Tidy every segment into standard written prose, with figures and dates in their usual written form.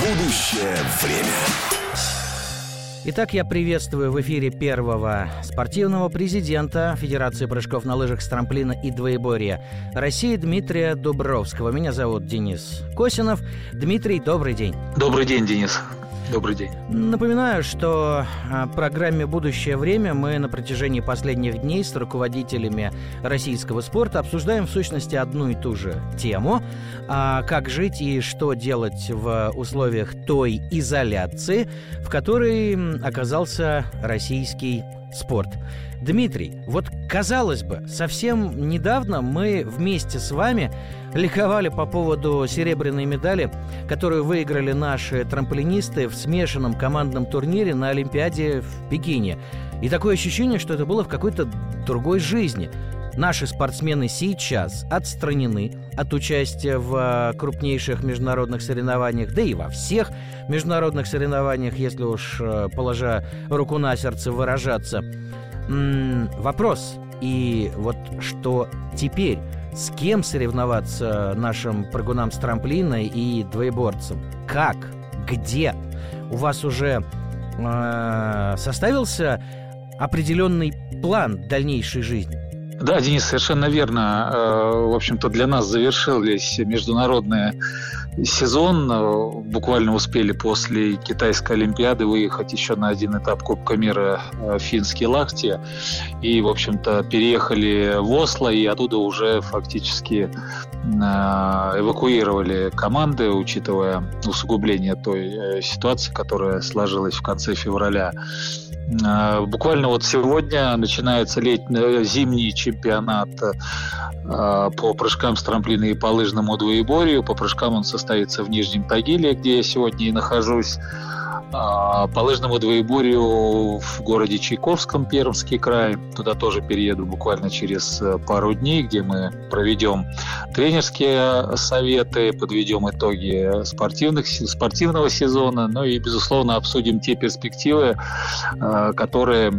Будущее время. Итак, я приветствую в эфире первого спортивного президента Федерации прыжков на лыжах с трамплина и двоеборья России Дмитрия Дубровского. Меня зовут Денис Косинов. Дмитрий, добрый день. Добрый день, Денис. Добрый день. Напоминаю, что в программе «Будущее время» мы на протяжении последних дней с руководителями российского спорта обсуждаем в сущности одну и ту же тему. Как жить и что делать в условиях той изоляции, в которой оказался российский спорт. Дмитрий, вот казалось бы, совсем недавно мы вместе с вами ликовали по поводу серебряной медали, которую выиграли наши трамплинисты в смешанном командном турнире на Олимпиаде в Пекине. И такое ощущение, что это было в какой-то другой жизни. Наши спортсмены сейчас отстранены от участия в крупнейших международных соревнованиях, да и во всех международных соревнованиях, если уж, положа руку на сердце, выражаться. Вопрос, и вот что теперь? С кем соревноваться нашим прыгунам с трамплина и двоеборцам? Как? Где? У вас уже составился определенный план дальнейшей жизни? Да, Денис, совершенно верно. В общем-то, для нас завершились международный сезон. Буквально успели после Китайской Олимпиады выехать еще на один этап Кубка мира в Финские Лахти. И, в общем-то, переехали в Осло, и оттуда уже фактически эвакуировали команды, учитывая усугубление той ситуации, которая сложилась в конце февраля. Буквально вот сегодня начинается зимний чемпионат по прыжкам с трамплина и по лыжному двоеборью. По прыжкам он состоится в Нижнем Тагиле, где я сегодня и нахожусь. По лыжному двоеборью в городе Чайковском, Пермский край. Туда тоже перееду буквально через пару дней, где мы проведем тренерские советы, подведем итоги спортивного сезона, ну и, безусловно, обсудим те перспективы, которые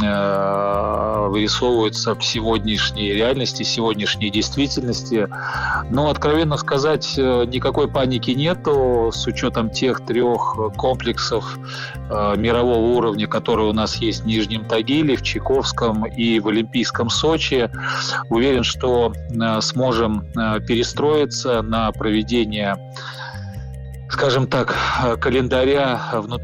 вырисовываются в сегодняшней реальности, сегодняшней действительности. Но, откровенно сказать, никакой паники нету с учетом тех трех комплексов мирового уровня, которые у нас есть в Нижнем Тагиле, в Чайковском и в Олимпийском Сочи. Уверен, что сможем перестроиться на проведение, скажем так, календаря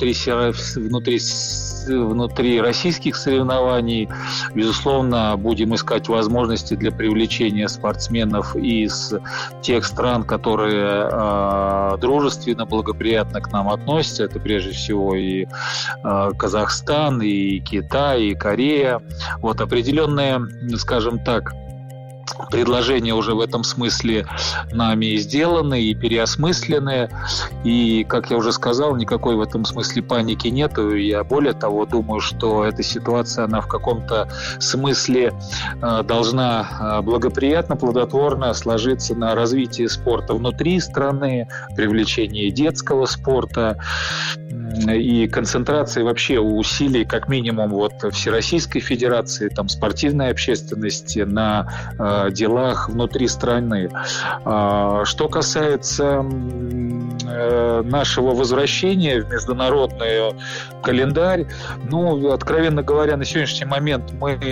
внутри российских соревнований. Безусловно, будем искать возможности для привлечения спортсменов из тех стран, которые дружественно, благоприятно к нам относятся. Это прежде всего и Казахстан, и Китай, и Корея. Вот определенные, скажем так, предложения уже в этом смысле нами сделаны и переосмыслены. И, как я уже сказал, никакой в этом смысле паники нету. Я более того думаю, что эта ситуация, она в каком-то смысле должна благоприятно, плодотворно сложиться на развитии спорта внутри страны, привлечении детского спорта и концентрации вообще усилий, как минимум, вот Всероссийской Федерации, там, спортивной общественности на делах внутри страны. Что касается нашего возвращения в международный календарь, ну, откровенно говоря, на сегодняшний момент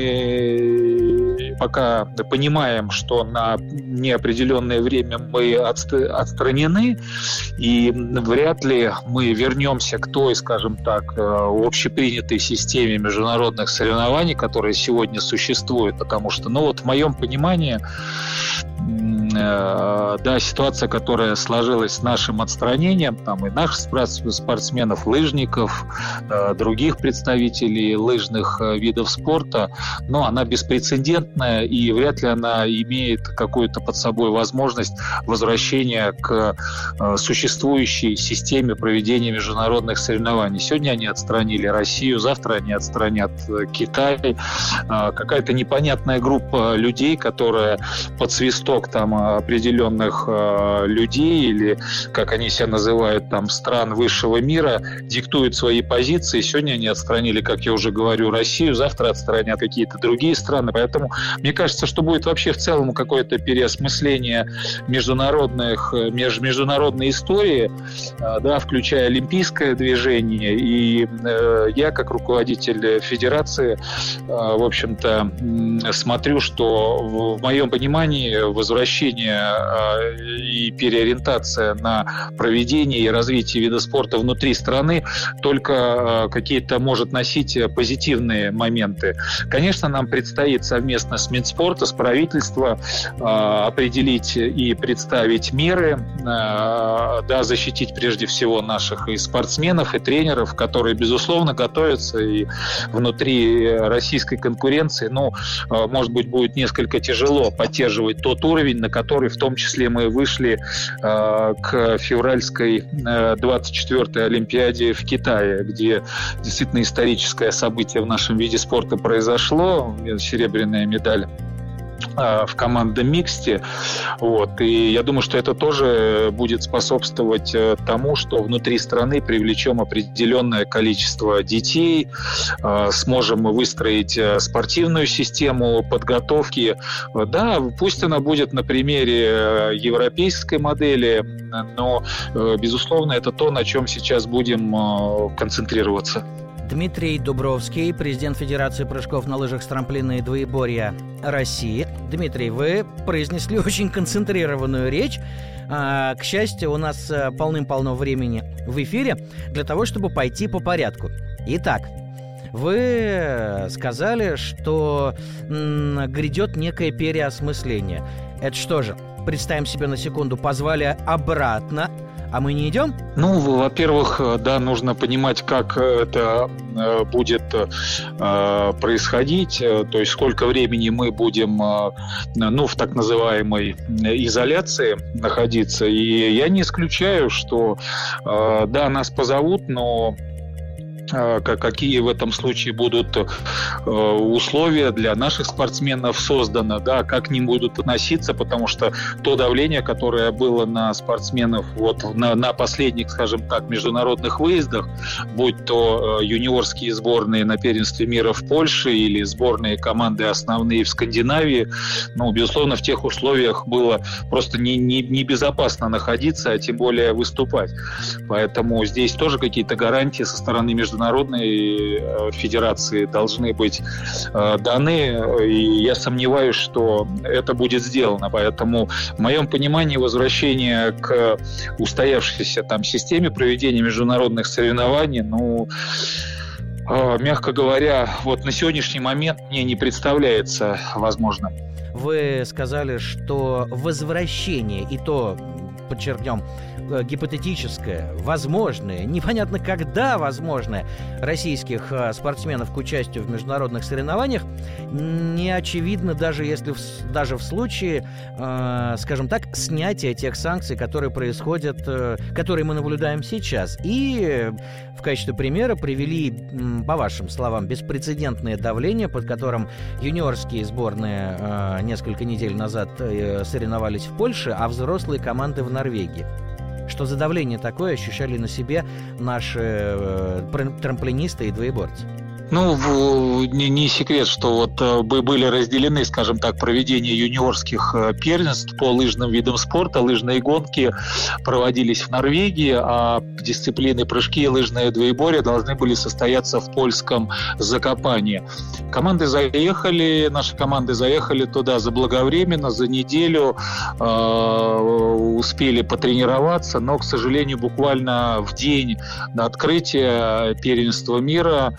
мы пока понимаем, что на неопределенное время мы отстранены, и вряд ли мы вернемся к той, скажем так, общепринятой системе международных соревнований, которая сегодня существует, потому что, ну вот в моем понимании, да, ситуация, которая сложилась с нашим отстранением, там и наших спортсменов, лыжников, других представителей лыжных видов спорта, но она беспрецедентная, и вряд ли она имеет какую-то под собой возможность возвращения к существующей системе проведения международных соревнований. Сегодня они отстранили Россию, завтра они отстранят Китай. Какая-то непонятная группа людей, которая под свисток там определенных людей или, как они себя называют, там, стран высшего мира, диктуют свои позиции. Сегодня они отстранили, как я уже говорю, Россию, завтра отстранят какие-то другие страны. Поэтому мне кажется, что будет вообще в целом какое-то переосмысление международной истории, да, включая олимпийское движение. И я, как руководитель федерации, в общем-то, смотрю, что в моем понимании возвращение и переориентация на проведение и развитие вида спорта внутри страны только какие-то может носить позитивные моменты. Конечно, нам предстоит совместно с Минспорта, с правительством определить и представить меры, да, защитить прежде всего наших и спортсменов, и тренеров, которые, безусловно, готовятся и внутри российской конкуренции. Ну, может быть, будет несколько тяжело поддерживать тот уровень, на который в том числе мы вышли к февральской 24-й Олимпиаде в Китае, где действительно историческое событие в нашем виде спорта произошло, серебряная медаль в командном миксте. Вот. И я думаю, что это тоже будет способствовать тому, что внутри страны привлечем определенное количество детей, сможем выстроить спортивную систему подготовки. Да, пусть она будет на примере европейской модели, но, безусловно, это то, на чем сейчас будем концентрироваться. Дмитрий Дубровский, президент Федерации прыжков на лыжах с трамплина и двоеборья России. Дмитрий, вы произнесли очень концентрированную речь. К счастью, у нас полным-полно времени в эфире для того, чтобы пойти по порядку. Итак, вы сказали, что грядет некое переосмысление. Это что же? Представим себе на секунду, позвали обратно, а мы не идем? Ну, во-первых, да, нужно понимать, как это будет происходить, то есть сколько времени мы будем, ну, в так называемой изоляции находиться. И я не исключаю, что, да, нас позовут, но какие в этом случае будут условия для наших спортсменов созданы, да, как к ним будут относиться, потому что то давление, которое было на спортсменов вот на последних, скажем так, международных выездах, будь то юниорские сборные на первенстве мира в Польше или сборные команды основные в Скандинавии, ну, безусловно, в тех условиях было просто небезопасно находиться, а тем более выступать. Поэтому здесь тоже какие-то гарантии со стороны международной федерации должны быть даны, и я сомневаюсь, что это будет сделано. Поэтому в моем понимании возвращение к устоявшейся там системе проведения международных соревнований, ну, мягко говоря, вот на сегодняшний момент мне не представляется возможным. Вы сказали, что возвращение, и то, подчеркнем, гипотетическое, возможное, непонятно когда возможное, российских спортсменов к участию в международных соревнованиях не очевидно, даже если даже в случае, скажем так, снятия тех санкций, которые происходят, которые мы наблюдаем сейчас. И в качестве примера привели, по вашим словам, беспрецедентное давление, под которым юниорские сборные несколько недель назад соревновались в Польше, а взрослые команды в Норвегии. Что за давление такое ощущали на себе наши трамплинисты и двоеборцы? Ну, не секрет, что вот были разделены, скажем так, проведение юниорских первенств по лыжным видам спорта. Лыжные гонки проводились в Норвегии, а дисциплины прыжки и лыжное двоеборье должны были состояться в польском Закопане. Наши команды заехали туда заблаговременно, за неделю успели потренироваться, но, к сожалению, буквально в день открытия первенства мира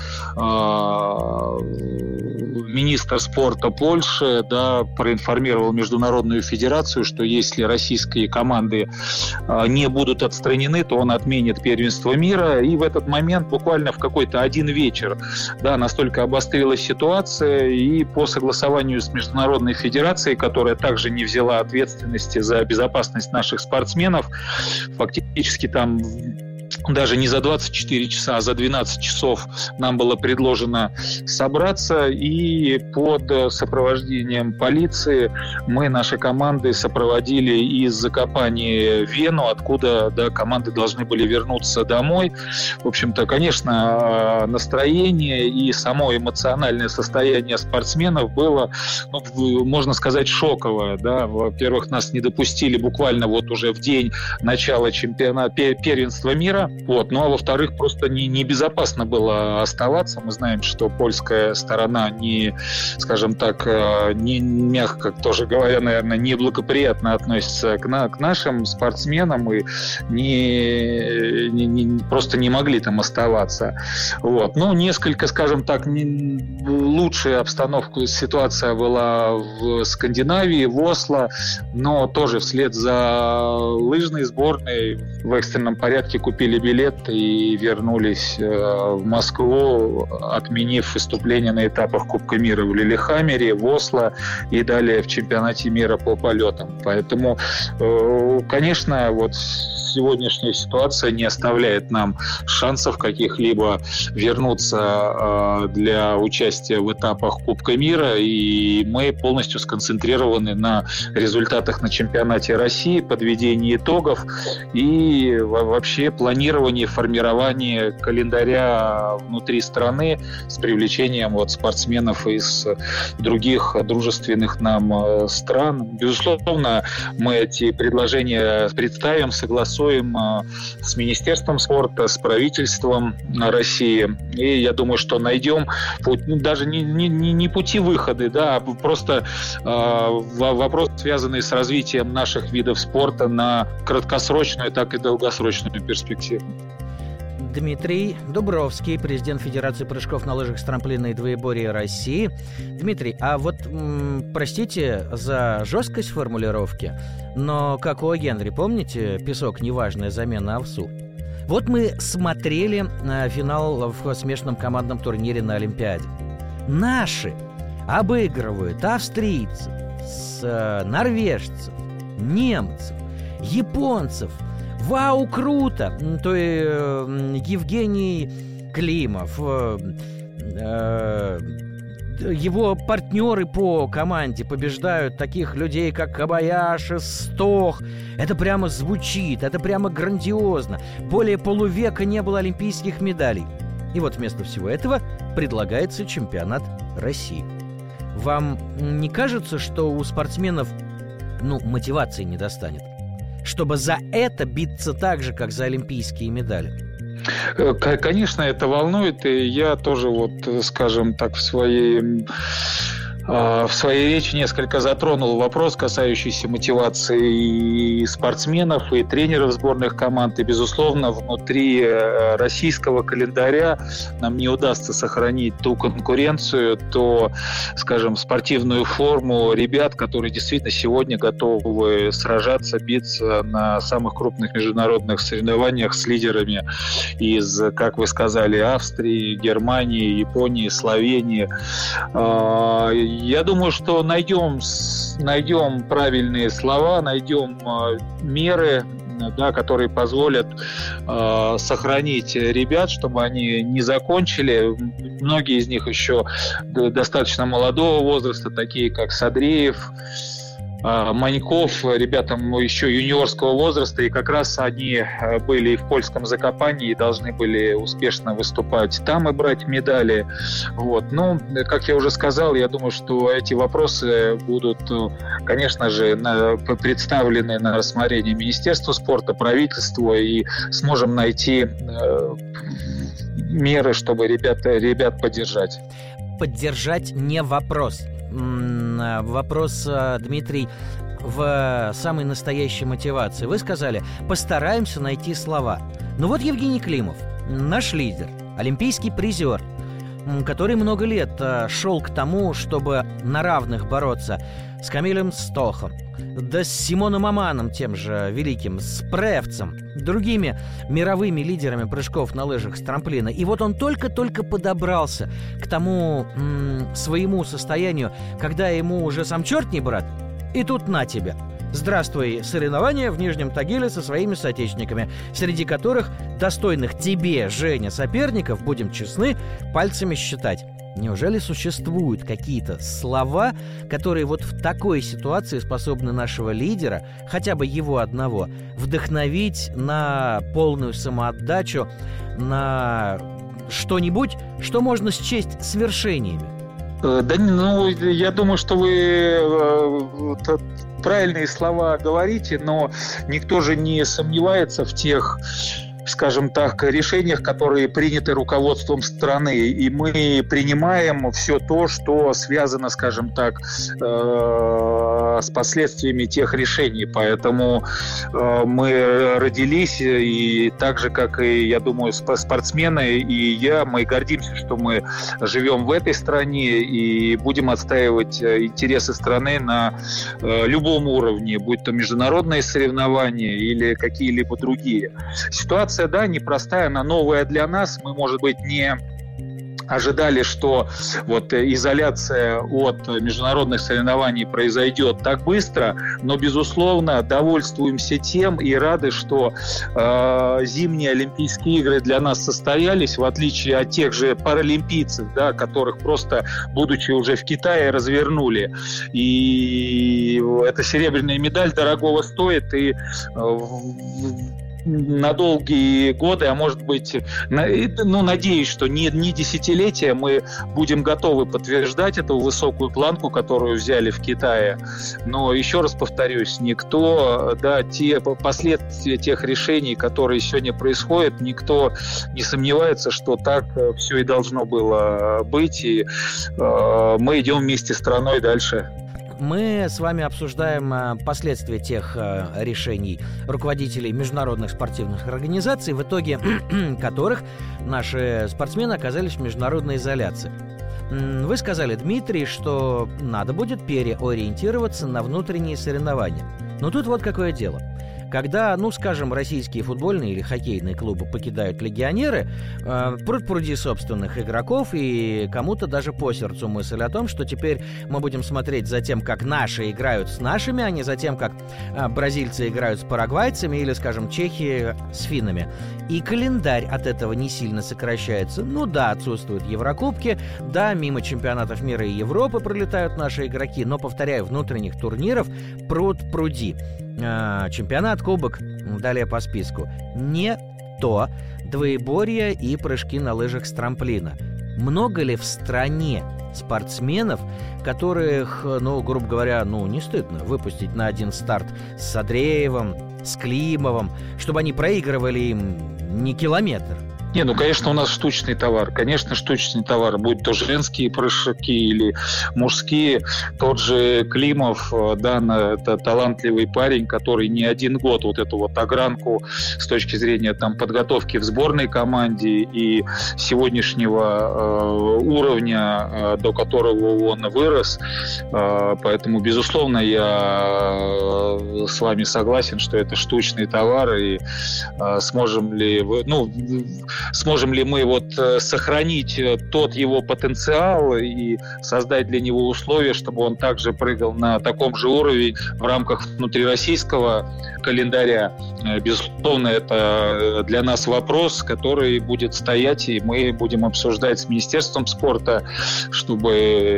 министр спорта Польши, да, проинформировал Международную федерацию, что если российские команды не будут отстранены, то он отменит первенство мира. И в этот момент, буквально в какой-то один вечер, да, настолько обострилась ситуация, и по согласованию с Международной федерацией, которая также не взяла ответственности за безопасность наших спортсменов, фактически там даже не за 24 часа, а за 12 часов нам было предложено собраться, и под сопровождением полиции мы, наши команды, сопроводили из Закопани в Вену, откуда команды должны были вернуться домой. В общем-то, конечно, настроение и само эмоциональное состояние спортсменов было, можно сказать, шоковое. Да? Во-первых, нас не допустили буквально вот уже в день начала первенства мира. Ну а во-вторых, просто небезопасно было оставаться. Мы знаем, что польская сторона скажем так, мягко тоже говоря, наверное, неблагоприятно относится к нашим спортсменам и просто не могли там оставаться. Несколько, скажем так, лучшая обстановка, ситуация была в Скандинавии, в Осло, но тоже вслед за лыжной сборной в экстренном порядке купили билет и вернулись в Москву, отменив выступление на этапах Кубка мира в Лилихаммере, в Осло и далее в чемпионате мира по полетам. Поэтому, конечно, сегодняшняя ситуация не оставляет нам шансов каких-либо вернуться для участия в этапах Кубка мира, и мы полностью сконцентрированы на результатах на чемпионате России, подведении итогов и вообще планировании, формировании календаря внутри страны с привлечением спортсменов из других дружественных нам стран. Безусловно, мы эти предложения представим, согласуем с Министерством спорта, с правительством России. И я думаю, что найдем путь, даже не пути выхода, а просто вопрос, связанный с развитием наших видов спорта на краткосрочную, так и долгосрочную перспективу. Дмитрий Дубровский, президент Федерации прыжков на лыжах с трамплина и двоеборья России. Дмитрий, простите за жесткость формулировки, но как у Генри, помните, песок — неважная замена овсу? Мы смотрели финал в смешанном командном турнире на Олимпиаде. Наши обыгрывают австрийцев, норвежцев, немцев, японцев. Вау, круто! То есть Евгений Климов, его партнеры по команде побеждают таких людей, как Кобаяши, Стох. Это прямо звучит, это прямо грандиозно. Более полувека не было олимпийских медалей. И вместо всего этого предлагается чемпионат России. Вам не кажется, что у спортсменов мотивации не достанет, чтобы за это биться так же, как за олимпийские медали? Конечно, это волнует, и я тоже, скажем так, в своей речи несколько затронул вопрос, касающийся мотивации и спортсменов, и тренеров сборных команд. И, безусловно, внутри российского календаря нам не удастся сохранить ту конкуренцию, скажем, спортивную форму ребят, которые действительно сегодня готовы сражаться, биться на самых крупных международных соревнованиях с лидерами из, как вы сказали, Австрии, Германии, Японии, Словении. Я думаю, что найдем правильные слова, найдем меры, которые позволят сохранить ребят, чтобы они не закончили. Многие из них еще достаточно молодого возраста, такие как Садреев, Маньков, ребятам еще юниорского возраста, и как раз они были и в польском Закопани и должны были успешно выступать там и брать медали. Как я уже сказал, я думаю, что эти вопросы будут, конечно же, представлены на рассмотрение Министерству спорта, правительству, и сможем найти меры, чтобы ребят поддержать. Поддержать не вопрос. Вопрос, Дмитрий, в самой настоящей мотивации. Вы сказали, постараемся найти слова. Евгений Климов, наш лидер, олимпийский призер, который много лет шел к тому, чтобы на равных бороться с Камилем Стохом, да с Симоном Аманом, тем же великим, с Превцем, другими мировыми лидерами прыжков на лыжах с трамплина. И он только-только подобрался к тому своему состоянию, когда ему уже сам черт не брат, и тут на тебя. Здравствуй, соревнования в Нижнем Тагиле со своими соотечественниками, среди которых достойных тебе, Женя, соперников, будем честны, пальцами считать. Неужели существуют какие-то слова, которые вот в такой ситуации способны нашего лидера, хотя бы его одного, вдохновить на полную самоотдачу, на что-нибудь, что можно счесть свершениями? Да, ну, я думаю, что вы правильные слова говорите, но никто же не сомневается в тех, скажем так, решениях, которые приняты руководством страны. И мы принимаем все то, что связано, скажем так, с последствиями тех решений. Поэтому мы родились, и так же, как и, я думаю, спортсмены, и я, мы гордимся, что мы живем в этой стране и будем отстаивать интересы страны на любом уровне, будь то международные соревнования или какие-либо другие. Ситуация, да, непростая, она новая для нас. Мы, может быть, не ожидали, что вот изоляция от международных соревнований произойдет так быстро, но, безусловно, довольствуемся тем и рады, что зимние Олимпийские игры для нас состоялись, в отличие от тех же паралимпийцев, да, которых просто, будучи уже в Китае, развернули. И эта серебряная медаль дорогого стоит, и на долгие годы, а может быть, надеюсь, что не десятилетия, мы будем готовы подтверждать эту высокую планку, которую взяли в Китае. Но еще раз повторюсь, никто, да, те последствия тех решений, которые сегодня происходят, никто не сомневается, что так все и должно было быть, и мы идем вместе с страной дальше. Мы с вами обсуждаем последствия тех решений руководителей международных спортивных организаций, в итоге которых наши спортсмены оказались в международной изоляции. Вы сказали, Дмитрий, что надо будет переориентироваться на внутренние соревнования. Но тут вот какое дело. Когда, скажем, российские футбольные или хоккейные клубы покидают легионеры, пруд-пруди собственных игроков, и кому-то даже по сердцу мысль о том, что теперь мы будем смотреть за тем, как наши играют с нашими, а не за тем, как бразильцы играют с парагвайцами или, скажем, чехи с финнами. И календарь от этого не сильно сокращается. Да, отсутствуют Еврокубки, да, мимо чемпионатов мира и Европы пролетают наши игроки, но, повторяю, внутренних турниров пруд-пруди. Чемпионат, кубок, далее по списку. Не то двоеборье и прыжки на лыжах с трамплина. Много ли в стране спортсменов, которых, грубо говоря, не стыдно выпустить на один старт с Андреевым, с Климовым, чтобы они проигрывали им не километр? Конечно, у нас штучный товар. Конечно, штучный товар. Будь то женские прыжки или мужские. Тот же Климов, да, это талантливый парень, который не один год вот эту вот огранку с точки зрения подготовки в сборной команде и сегодняшнего уровня, до которого он вырос. Поэтому, безусловно, я с вами согласен, что это штучный товар. И сможем ли мы сохранить тот его потенциал и создать для него условия, чтобы он также прыгал на таком же уровне в рамках внутрироссийского календаря? Безусловно, это для нас вопрос, который будет стоять, и мы будем обсуждать с Министерством спорта, чтобы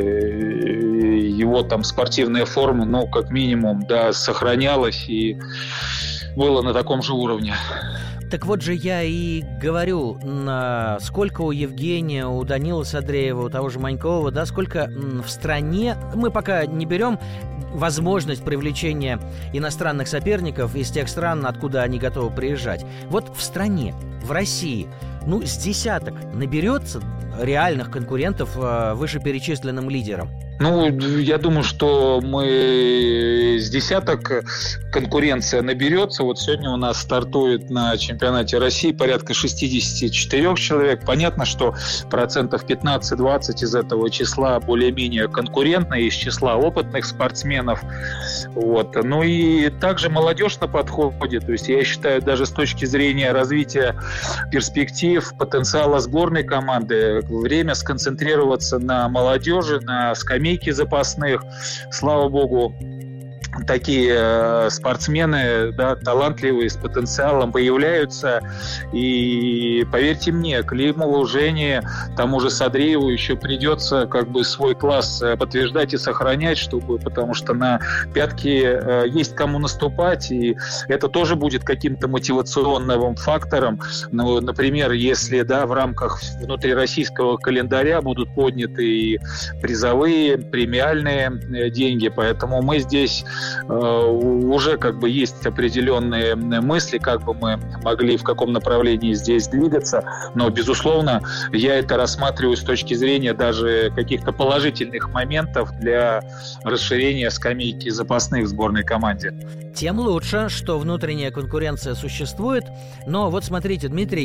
его спортивная форма, как минимум, да, сохранялась и была на таком же уровне. Так вот же я и говорю, сколько у Евгения, у Данила Садреева, у того же Манькова, да, сколько в стране, мы пока не берем возможность привлечения иностранных соперников из тех стран, откуда они готовы приезжать. Вот в стране, в России, с десяток наберется реальных конкурентов вышеперечисленным лидерам. Я думаю, что мы с десяток конкуренция наберется. Вот сегодня у нас стартует на чемпионате России порядка 64 человек. Понятно, что 15-20% из этого числа более-менее конкурентные, из числа опытных спортсменов. И также молодежь на подходе. То есть я считаю, даже с точки зрения развития перспектив, потенциала сборной команды, время сконцентрироваться на молодежи, на скамейке запасных. Слава богу, такие спортсмены, да, талантливые, с потенциалом появляются. И поверьте мне, Климову, Жене, тому же Садрееву еще придется как бы свой класс подтверждать и сохранять, потому что на пятки есть кому наступать, и это тоже будет каким-то мотивационным фактором. Ну, например, если, да, в рамках внутрироссийского календаря будут подняты и призовые, премиальные деньги, поэтому мы здесь уже как бы есть определенные мысли, как бы мы могли, в каком направлении здесь двигаться, но, безусловно, я это рассматриваю с точки зрения даже каких-то положительных моментов для расширения скамейки запасных в сборной команде. Тем лучше, что внутренняя конкуренция существует. Но вот смотрите, Дмитрий,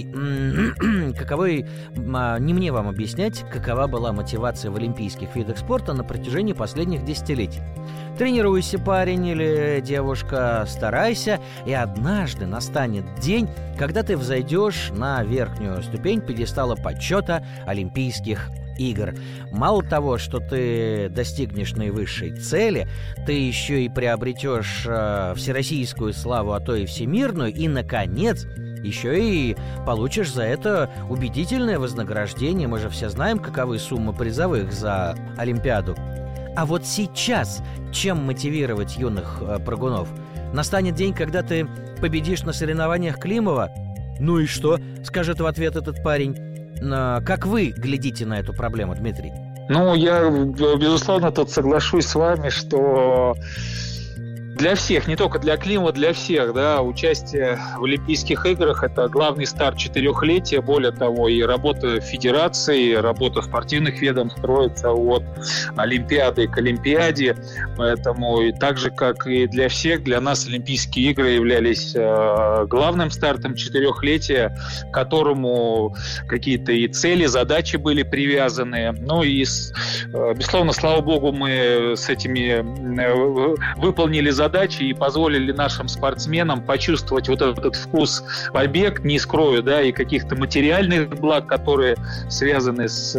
не мне вам объяснять, какова была мотивация в олимпийских видах спорта на протяжении последних десятилетий. Тренируйся, парень или девушка, старайся, и однажды настанет день, когда ты взойдешь на верхнюю ступень пьедестала почета Олимпийских игр. Мало того, что ты достигнешь наивысшей цели, ты еще и приобретешь всероссийскую славу, а то и всемирную, и, наконец, еще и получишь за это убедительное вознаграждение. Мы же все знаем, каковы суммы призовых за Олимпиаду. А вот сейчас чем мотивировать юных прыгунов? Настанет день, когда ты победишь на соревнованиях Климова? Ну и что? Скажет в ответ этот парень. Как вы глядите на эту проблему, Дмитрий? Ну, я, безусловно, тут соглашусь с вами, что для всех, не только для Климова, для всех, да, участие в Олимпийских играх – это главный старт четырехлетия. Более того, и работа федерации, работа спортивных ведомств строится от Олимпиады к Олимпиаде. Поэтому и так же, как и для всех, для нас Олимпийские игры являлись главным стартом четырехлетия, к которому какие-то и цели, задачи были привязаны. Ну и, безусловно, слава богу, мы с этими выполнили задачи и позволили нашим спортсменам почувствовать вот этот вкус побед, не скрою, да, и каких-то материальных благ, которые связаны с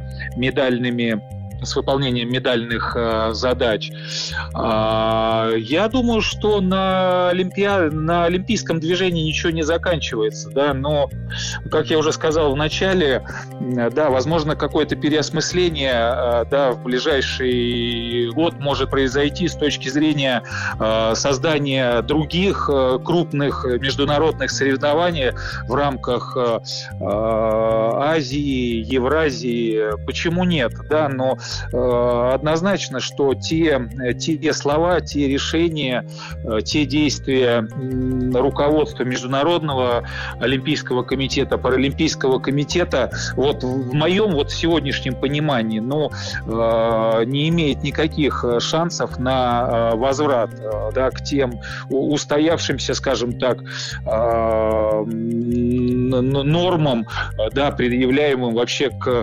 выполнением медальных задач. Я думаю, что на олимпийском движении ничего не заканчивается, да, но, как я уже сказал в начале, да, возможно, какое-то переосмысление, да, в ближайший год может произойти с точки зрения создания других крупных международных соревнований в рамках Азии, Евразии. Почему нет, да, но однозначно, что те слова, те решения, те действия руководства Международного олимпийского комитета, Паралимпийского комитета, вот в моем вот сегодняшнем понимании, не имеет никаких шансов на возврат, да, к тем устоявшимся, скажем так, нормам, да, предъявляемым вообще к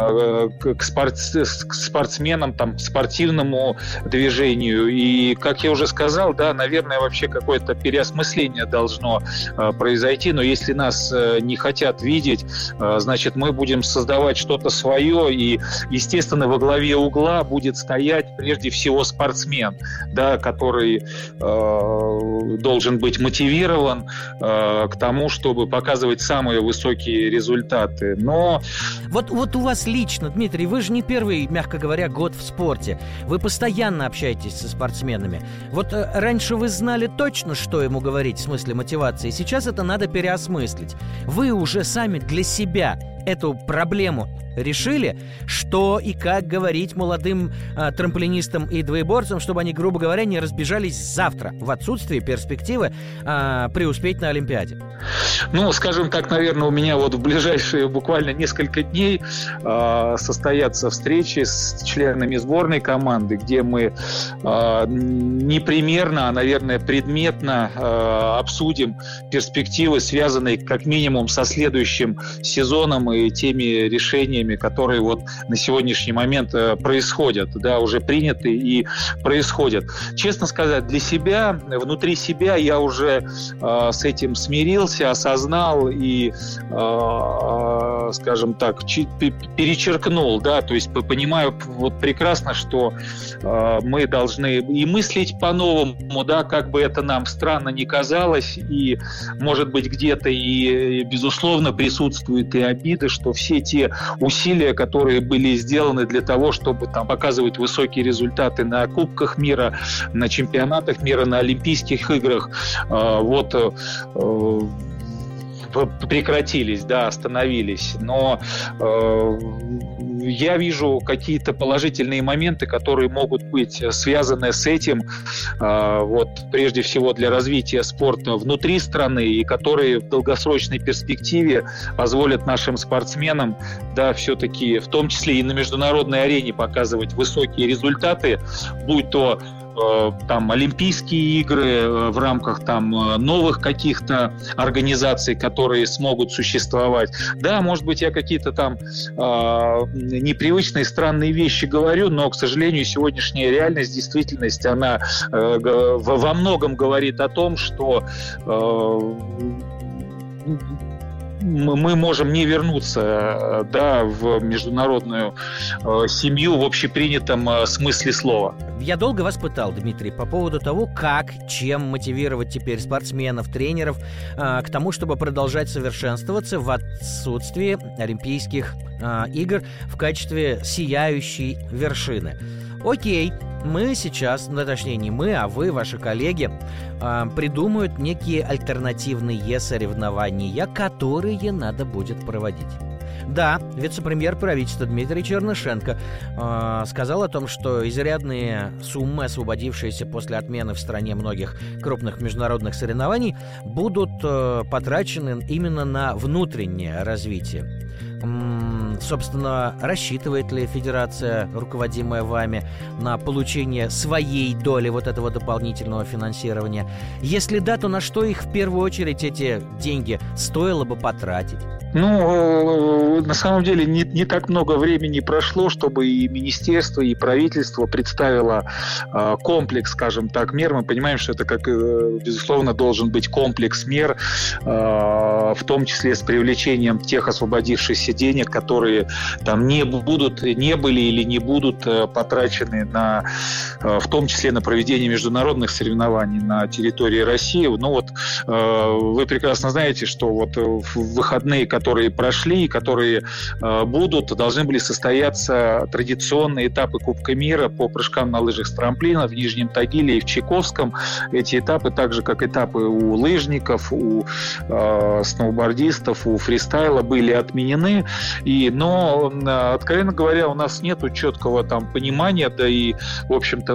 спортсменам, там, спортивному движению. И, как я уже сказал, да, наверное, вообще какое-то переосмысление должно произойти, но если нас не хотят видеть, значит, мы будем создавать что-то свое, и, естественно, во главе угла будет стоять прежде всего спортсмен, да, который должен быть мотивирован к тому, чтобы показывать самые высокие результаты. Но вот у вас лично, Дмитрий, вы же не первый, мягко говоря, год в спорте. Вы постоянно общаетесь со спортсменами. Вот раньше вы знали точно, что ему говорить в смысле мотивации. Сейчас это надо переосмыслить. Вы уже сами для себя эту проблему решили, что и как говорить молодым трамплинистам и двоеборцам, чтобы они, грубо говоря, не разбежались завтра в отсутствие перспективы преуспеть на Олимпиаде? Ну, скажем так, наверное, у меня вот в ближайшие буквально несколько дней состоятся встречи с членами сборной команды, где мы непримерно, а, наверное, предметно обсудим перспективы, связанные как минимум со следующим сезоном и теми решениями, решениями, которые вот на сегодняшний момент происходят, да, уже приняты и происходят. Честно сказать, для себя, внутри себя я уже с этим смирился, осознал и, скажем так, перечеркнул, да, то есть понимаю вот прекрасно, что мы должны и мыслить по-новому, да, как бы это нам странно ни казалось, и, может быть, где-то и, безусловно, присутствует и обида, что все те усилия, которые были сделаны для того, чтобы там показывать высокие результаты на Кубках мира, на чемпионатах мира, на Олимпийских играх, прекратились, да, остановились. Но я вижу какие-то положительные моменты, которые могут быть связаны с этим, прежде всего для развития спорта внутри страны, и которые в долгосрочной перспективе позволят нашим спортсменам, да, все-таки в том числе и на международной арене показывать высокие результаты, будь то там Олимпийские игры в рамках там новых каких-то организаций, которые смогут существовать. Да, может быть, я какие-то там непривычные, странные вещи говорю, но, к сожалению, сегодняшняя реальность, действительность, она во многом говорит о том, что мы можем не вернуться, да, в международную семью в общепринятом смысле слова. Я долго вас пытал, Дмитрий, по поводу того, чем мотивировать теперь спортсменов, тренеров к тому, чтобы продолжать совершенствоваться в отсутствии Олимпийских игр в качестве сияющей вершины. Окей, мы сейчас, точнее не мы, а вы, ваши коллеги, придумают некие альтернативные соревнования, которые надо будет проводить. Да, вице-премьер правительства Дмитрий Чернышенко сказал о том, что изрядные суммы, освободившиеся после отмены в стране многих крупных международных соревнований, будут потрачены именно на внутреннее развитие. Собственно, рассчитывает ли федерация, руководимая вами, на получение своей доли вот этого дополнительного финансирования? Если да, то на что их в первую очередь эти деньги стоило бы потратить? Ну, на самом деле не так много времени прошло, чтобы и министерство, и правительство представило комплекс, скажем так, мер. Мы понимаем, что это, безусловно, должен быть комплекс мер, в том числе с привлечением тех освободившихся денег, которые там не были или не будут потрачены в том числе на проведение международных соревнований на территории России. Ну вот вы прекрасно знаете, что вот в выходные, которые прошли и которые будут, должны были состояться традиционные этапы Кубка мира по прыжкам на лыжах с трамплина в Нижнем Тагиле и в Чайковском. Эти этапы, так же как этапы у лыжников, у сноубордистов, у фристайла, были отменены. Но, откровенно говоря, у нас нет четкого там понимания, да и, в общем-то,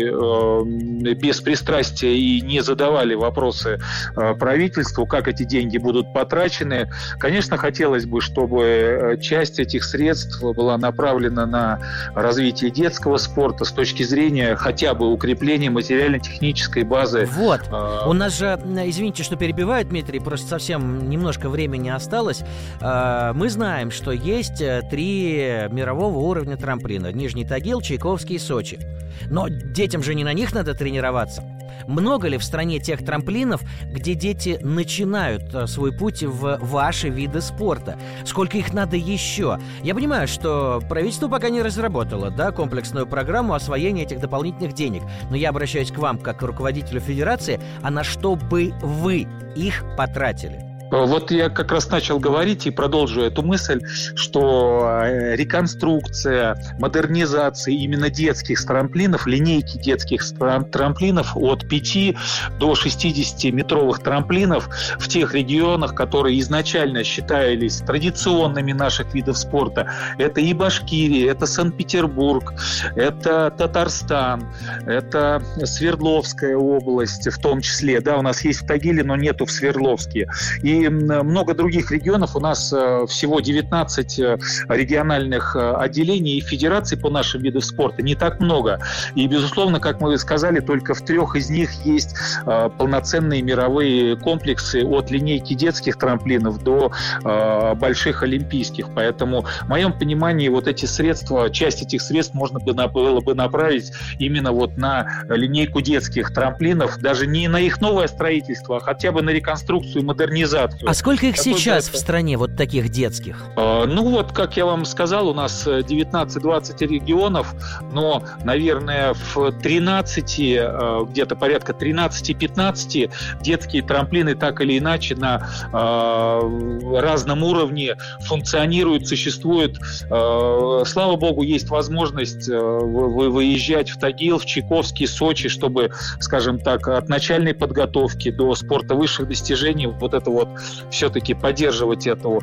мы без пристрастия и не задавали вопросы правительству, как эти деньги будут потрачены. Конечно, хотелось бы, чтобы часть этих средств была направлена на развитие детского спорта с точки зрения хотя бы укрепления материально-технической базы. Вот. У нас же, извините, что перебиваю, Дмитрий, просто совсем немножко времени осталось. Мы знаем, что есть 3 мирового уровня трамплина: Нижний Тагил, Чайковский и Сочи. Но детям же не на них надо тренироваться. Много ли в стране тех трамплинов, где дети начинают свой путь в ваши виды спорта? Сколько их надо еще? Я понимаю, что правительство пока не разработало, комплексную программу освоения этих дополнительных денег. Но я обращаюсь к вам, как к руководителю федерации, а на что бы вы их потратили? Вот я как раз начал говорить и продолжу эту мысль, что реконструкция, модернизация именно детских трамплинов, линейки детских трамплинов от 5 до 60-метровых трамплинов в тех регионах, которые изначально считались традиционными наших видов спорта. Это и Башкирия, это Санкт-Петербург, это Татарстан, это Свердловская область в том числе. Да, у нас есть в Тагиле, но нету в Свердловске. И и много других регионов. У нас всего 19 региональных отделений и федераций по нашим видам спорта. Не так много. И, безусловно, как мы сказали, только в 3 из них есть полноценные мировые комплексы от линейки детских трамплинов до больших олимпийских. Поэтому, в моем понимании, вот эти средства, часть этих средств можно было бы направить именно вот на линейку детских трамплинов, даже не на их новое строительство, а хотя бы на реконструкцию и модернизацию. А сколько их сейчас в стране, вот таких детских? Ну вот, как я вам сказал, у нас 19-20 регионов, но, наверное, в 13, где-то порядка 13-15 детские трамплины так или иначе на разном уровне функционируют, существуют. Слава богу, есть возможность выезжать в Тагил, в Чайковский, Сочи, чтобы, скажем так, от начальной подготовки до спорта высших достижений вот это вот все-таки поддерживать эту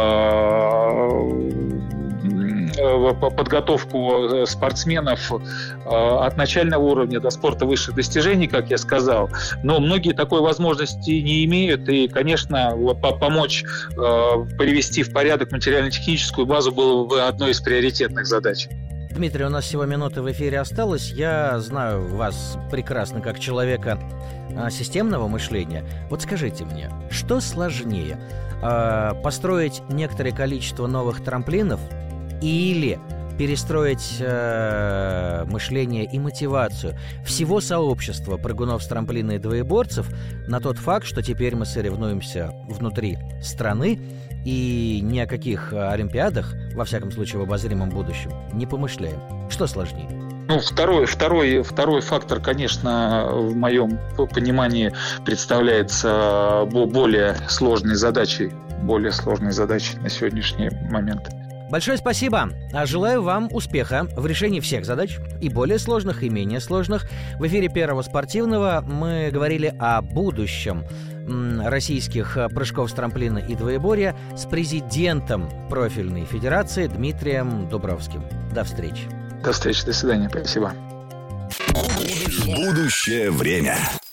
подготовку спортсменов от начального уровня до спорта высших достижений, как я сказал. Но многие такой возможности не имеют, и, конечно, помочь привести в порядок материально-техническую базу было бы одной из приоритетных задач. Дмитрий, у нас всего минута в эфире осталось. Я знаю вас прекрасно как человека системного мышления. Вот скажите мне, что сложнее? Построить некоторое количество новых трамплинов или перестроить мышление и мотивацию всего сообщества прыгунов с трамплина и двоеборцев на тот факт, что теперь мы соревнуемся внутри страны и ни о каких олимпиадах, во всяком случае в обозримом будущем, не помышляем? Что сложнее? Ну, второй фактор, конечно, в моем понимании представляется более сложной задачей на сегодняшний момент. Большое спасибо. Желаю вам успеха в решении всех задач, и более сложных, и менее сложных. В эфире Первого спортивного мы говорили о будущем российских прыжков с трамплина и двоеборья с президентом профильной федерации Дмитрием Дубровским. До встречи. До встречи, до свидания, спасибо. Будущее время.